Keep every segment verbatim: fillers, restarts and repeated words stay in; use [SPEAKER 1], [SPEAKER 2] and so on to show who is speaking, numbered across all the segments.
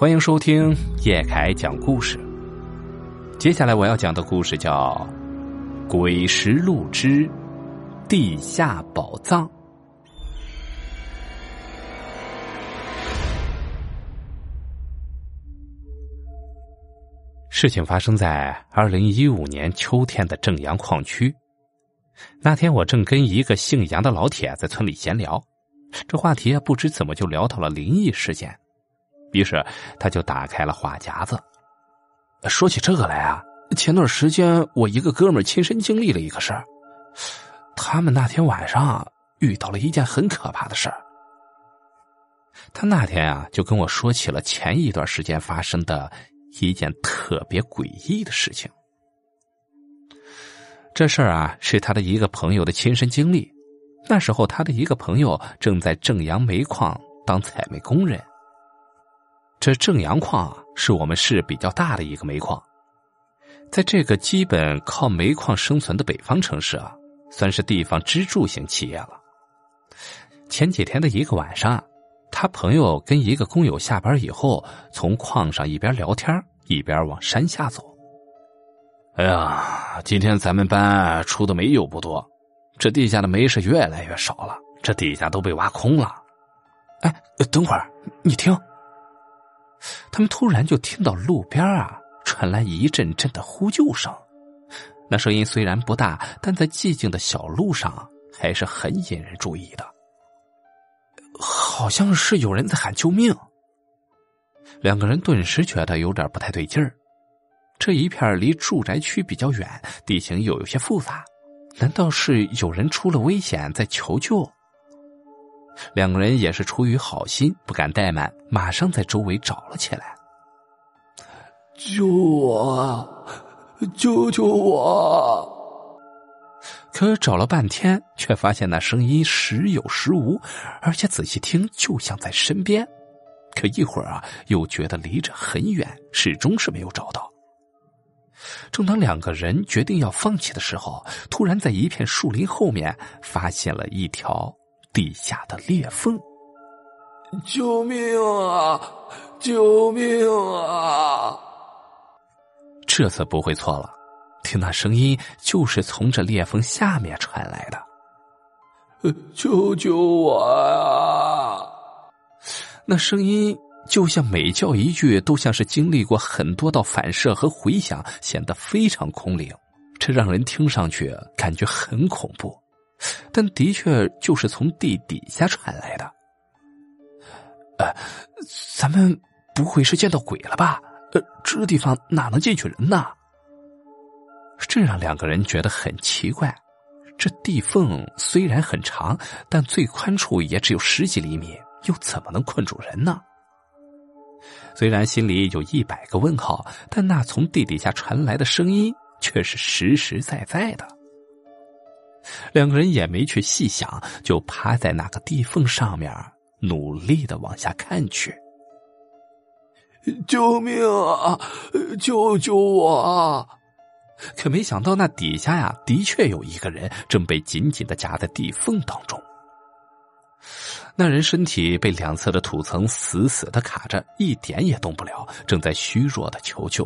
[SPEAKER 1] 欢迎收听叶凯讲故事。接下来我要讲的故事叫《鬼实录之地下宝藏》。事情发生在二零一五年秋天的正阳矿区。那天我正跟一个姓杨的老铁在村里闲聊，这话题啊不知怎么就聊到了灵异事件。于是他就打开了话匣子。说起这个来啊，前段时间我一个哥们儿亲身经历了一个事儿。他们那天晚上遇到了一件很可怕的事儿。他那天啊就跟我说起了前一段时间发生的一件特别诡异的事情。这事儿啊是他的一个朋友的亲身经历。那时候他的一个朋友正在正阳煤矿当采煤工人。这正阳矿啊是我们市比较大的一个煤矿，在这个基本靠煤矿生存的北方城市啊，算是地方支柱型企业了。前几天的一个晚上，他朋友跟一个工友下班以后，从矿上一边聊天一边往山下走。哎呀，今天咱们班出的煤又不多，这地下的煤是越来越少了，这地下都被挖空了。哎，等会儿，你听。他们突然就听到路边啊传来一阵阵的呼救声，那声音虽然不大，但在寂静的小路上还是很引人注意的。好像是有人在喊救命。两个人顿时觉得有点不太对劲儿。这一片离住宅区比较远，地形又有些复杂，难道是有人出了危险在求救？两个人也是出于好心，不敢怠慢，马上在周围找了起来。救我！救救我！可找了半天，却发现那声音时有时无，而且仔细听就像在身边。可一会儿啊，又觉得离着很远，始终是没有找到。正当两个人决定要放弃的时候，突然在一片树林后面发现了一条地下的裂缝。救命啊！救命啊！这次不会错了，听那声音就是从这裂缝下面传来的。救救我啊！那声音就像每叫一句都像是经历过很多道反射和回响，显得非常空灵，这让人听上去感觉很恐怖，但的确就是从地底下传来的。呃，咱们不会是见到鬼了吧？呃，这地方哪能进去人呢？这让两个人觉得很奇怪。这地缝虽然很长，但最宽处也只有十几厘米，又怎么能困住人呢？虽然心里有一百个问号，但那从地底下传来的声音却是实实在在的。两个人也没去细想，就趴在那个地缝上面努力地往下看去。救命啊！救救我啊！可没想到那底下呀，的确有一个人正被紧紧地夹在地缝当中。那人身体被两侧的土层死死地卡着，一点也动不了，正在虚弱地求救。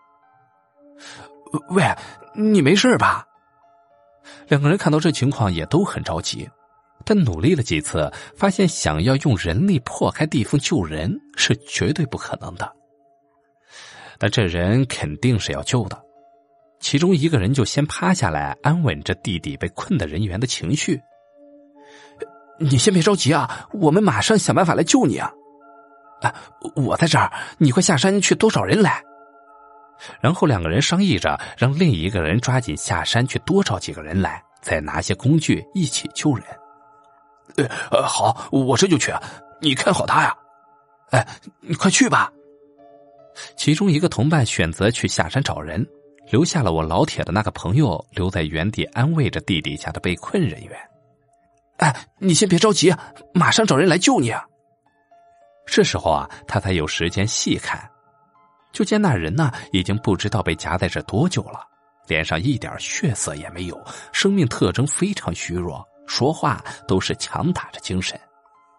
[SPEAKER 1] 喂，你没事吧？两个人看到这情况也都很着急，但努力了几次，发现想要用人力破开地缝救人是绝对不可能的。但这人肯定是要救的。其中一个人就先趴下来安稳着地底被困的人员的情绪。你先别着急啊，我们马上想办法来救你啊！啊，我在这儿，你快下山去多找人来。然后两个人商议着，让另一个人抓紧下山去多找几个人来，再拿些工具一起救人。呃呃，好，我这就去，你看好他呀。哎，你快去吧。其中一个同伴选择去下山找人，留下了我老铁的那个朋友留在原地安慰着地底下的被困人员。哎，你先别着急，马上找人来救你啊！这时候啊，他才有时间细看，就见那人呢，已经不知道被夹在这多久了，脸上一点血色也没有，生命特征非常虚弱，说话都是强打着精神。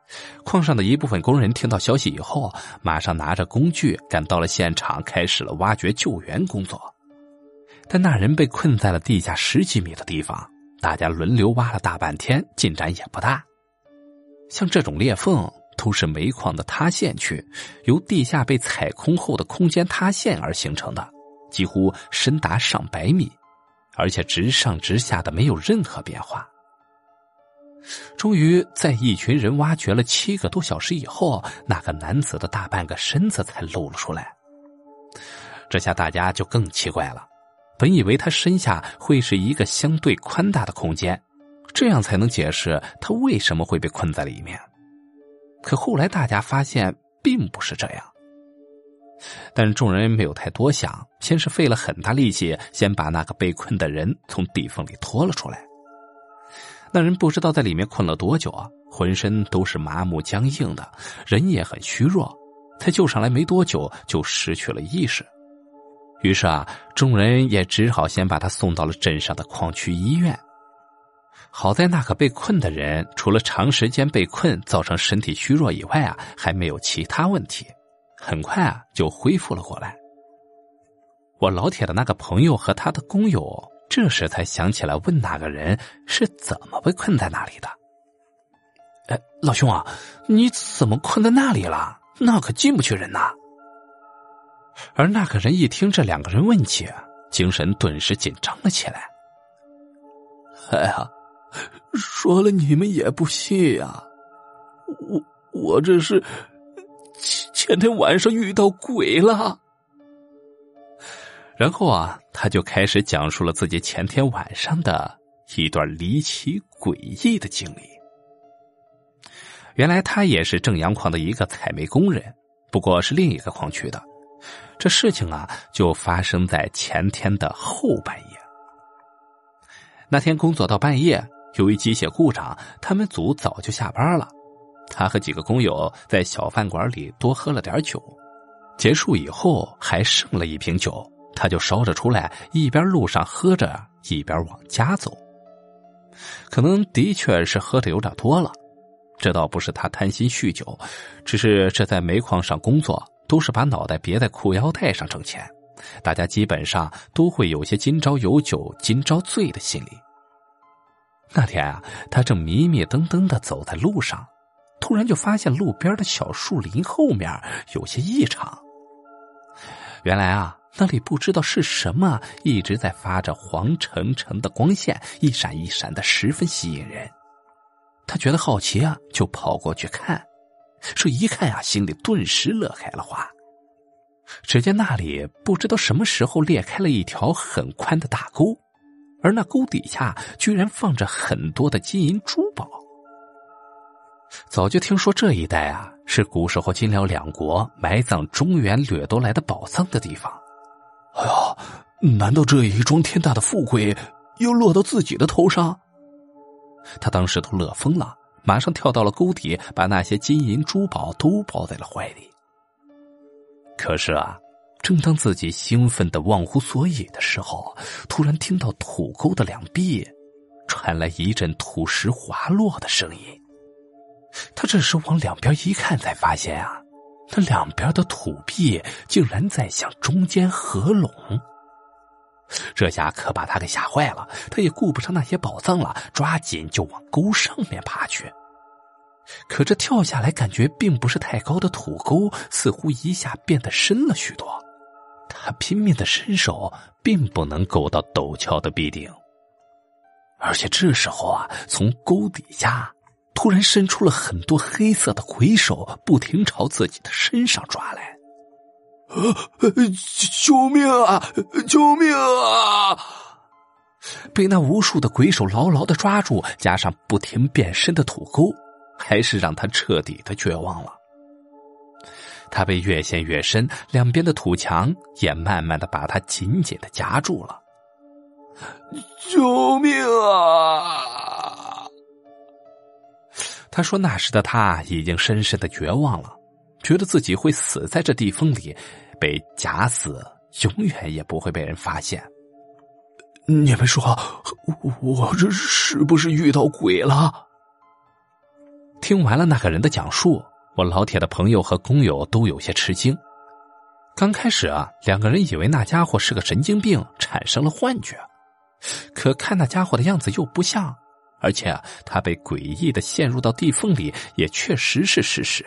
[SPEAKER 1] 矿上的一部分工人听到消息以后，马上拿着工具赶到了现场，开始了挖掘救援工作。但那人被困在了地下十几米的地方，大家轮流挖了大半天，进展也不大。像这种裂缝都是煤矿的塌陷区，由地下被采空后的空间塌陷而形成的，几乎深达上百米，而且直上直下的没有任何变化。终于在一群人挖掘了七个多小时以后，那个男子的大半个身子才露了出来。这下大家就更奇怪了，本以为他身下会是一个相对宽大的空间，这样才能解释他为什么会被困在里面。可后来大家发现并不是这样。但众人没有太多想，先是费了很大力气，先把那个被困的人从地缝里拖了出来。那人不知道在里面困了多久啊，浑身都是麻木僵硬的，人也很虚弱，才救上来没多久就失去了意识。于是啊，众人也只好先把他送到了镇上的矿区医院。好在那个被困的人除了长时间被困造成身体虚弱以外啊，还没有其他问题，很快啊就恢复了过来。我老铁的那个朋友和他的工友这时才想起来问那个人是怎么被困在那里的。哎，老兄啊，你怎么困在那里了？那可进不去人呐。而那个人一听这两个人问起，精神顿时紧张了起来。
[SPEAKER 2] 哎呀，说了你们也不信呀，我我这是前天晚上遇到鬼了。
[SPEAKER 1] 然后啊，他就开始讲述了自己前天晚上的一段离奇诡异的经历。原来他也是正阳矿的一个采煤工人，不过是另一个矿区的。这事情啊，就发生在前天的后半夜。那天工作到半夜，由于机械故障，他们组早就下班了。他和几个工友在小饭馆里多喝了点酒，结束以后还剩了一瓶酒，他就烧着出来，一边路上喝着，一边往家走。可能的确是喝的有点多了，这倒不是他贪心酗酒，只是这在煤矿上工作都是把脑袋别在裤腰带上挣钱，大家基本上都会有些今朝有酒今朝醉的心理。那天啊，他正迷迷瞪瞪地走在路上，突然就发现路边的小树林后面有些异常。原来啊，那里不知道是什么一直在发着黄澄澄的光线，一闪一闪的，十分吸引人。他觉得好奇啊，就跑过去看。这一看啊，心里顿时乐开了花。只见那里不知道什么时候裂开了一条很宽的大沟，而那沟底下居然放着很多的金银珠宝。早就听说这一带啊，是古时候金辽两国埋葬中原掠夺来的宝藏的地方。
[SPEAKER 2] 哎呀，难道这一桩天大的富贵又落到自己的头上？
[SPEAKER 1] 他当时都乐疯了，马上跳到了沟底，把那些金银珠宝都抱在了怀里。可是啊，正当自己兴奋的忘乎所以的时候，突然听到土沟的两壁传来一阵土石滑落的声音。他这时往两边一看，才发现啊，那两边的土壁竟然在向中间合拢。这下可把他给吓坏了，他也顾不上那些宝藏了，抓紧就往沟上面爬去。可这跳下来感觉并不是太高的土沟，似乎一下变得深了许多。他拼命的伸手，并不能够到陡峭的壁顶。而且这时候啊，从沟底下突然伸出了很多黑色的鬼手，不停朝自己的身上抓来。
[SPEAKER 2] 呃，救命啊！救命啊！
[SPEAKER 1] 被那无数的鬼手牢牢的抓住，加上不停变深的土沟，还是让他彻底的绝望了。他被越陷越深，两边的土墙也慢慢的把他紧紧的夹住了。
[SPEAKER 2] 救命啊！
[SPEAKER 1] 他说那时的他已经深深的绝望了，觉得自己会死在这地缝里，被夹死，永远也不会被人发现。
[SPEAKER 2] 你们说，我这是不是遇到鬼了？
[SPEAKER 1] 听完了那个人的讲述，我老铁的朋友和工友都有些吃惊。刚开始啊，两个人以为那家伙是个神经病，产生了幻觉。可看那家伙的样子又不像，而且啊，他被诡异的陷入到地缝里也确实是事实。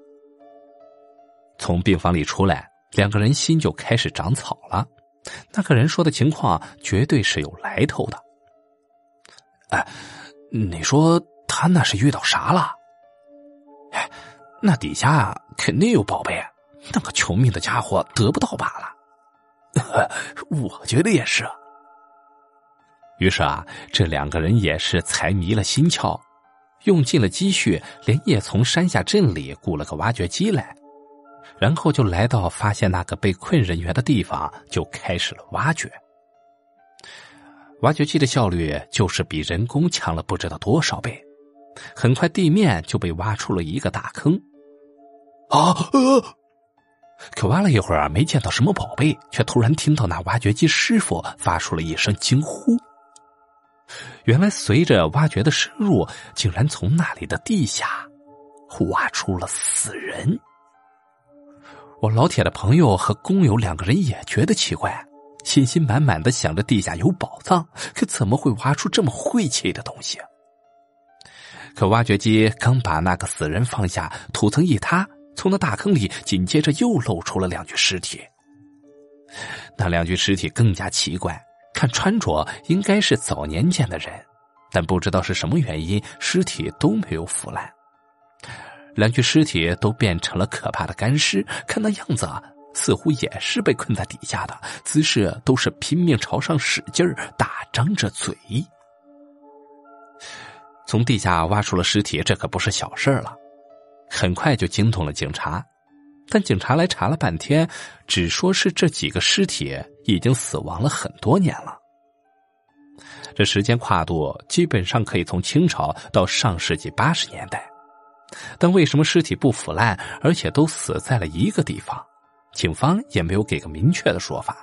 [SPEAKER 1] 从病房里出来，两个人心就开始长草了。那个人说的情况绝对是有来头的。
[SPEAKER 2] 哎，你说他那是遇到啥了？
[SPEAKER 1] 哎，那底下肯定有宝贝，那个穷命的家伙得不到罢了。
[SPEAKER 2] 我觉得也是。
[SPEAKER 1] 于是啊，这两个人也是财迷了心窍，用尽了积蓄，连夜从山下镇里雇了个挖掘机来，然后就来到发现那个被困人员的地方，就开始了挖掘。挖掘机的效率就是比人工强了不知道多少倍，很快地面就被挖出了一个大坑。
[SPEAKER 2] 啊！呃
[SPEAKER 1] 可挖了一会儿没见到什么宝贝，却突然听到那挖掘机师傅发出了一声惊呼。原来随着挖掘的深入，竟然从那里的地下挖出了死人。我老铁的朋友和工友两个人也觉得奇怪，信心满满的想着地下有宝藏，可怎么会挖出这么晦气的东西？可挖掘机刚把那个死人放下，土层一塌，从那大坑里紧接着又露出了两具尸体。那两具尸体更加奇怪，看穿着应该是早年间的人，但不知道是什么原因，尸体都没有腐烂。两具尸体都变成了可怕的干尸，看那样子似乎也是被困在底下的，姿势都是拼命朝上使劲儿，大张着嘴。从地下挖出了尸体，这可不是小事了，很快就惊动了警察。但警察来查了半天，只说是这几个尸体已经死亡了很多年了。这时间跨度基本上可以从清朝到上世纪八十年代。但为什么尸体不腐烂，而且都死在了一个地方？警方也没有给个明确的说法。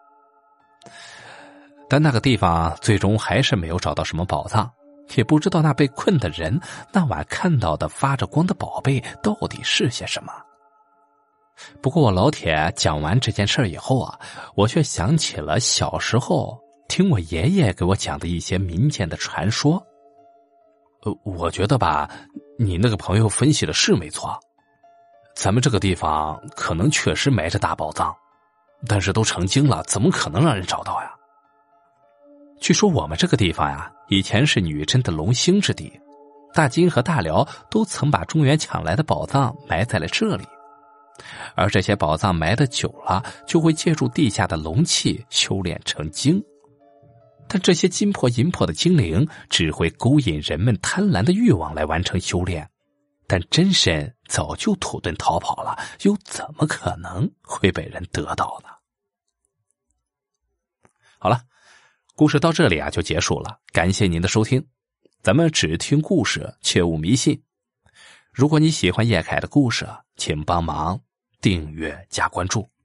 [SPEAKER 1] 但那个地方最终还是没有找到什么宝藏，也不知道那被困的人那晚看到的发着光的宝贝到底是些什么。不过我老铁讲完这件事以后啊，我却想起了小时候听我爷爷给我讲的一些民间的传说。呃，我觉得吧，你那个朋友分析的是没错，咱们这个地方可能确实埋着大宝藏，但是都成精了，怎么可能让人找到呀？据说我们这个地方呀，以前是女真的龙兴之地，大金和大辽都曾把中原抢来的宝藏埋在了这里，而这些宝藏埋得久了，就会借助地下的龙气修炼成精。但这些金破银破的精灵只会勾引人们贪婪的欲望来完成修炼，但真身早就土遁逃跑了，又怎么可能会被人得到呢？好了，故事到这里啊就结束了，感谢您的收听。咱们只听故事，切勿迷信。如果你喜欢叶凯的故事，请帮忙订阅加关注。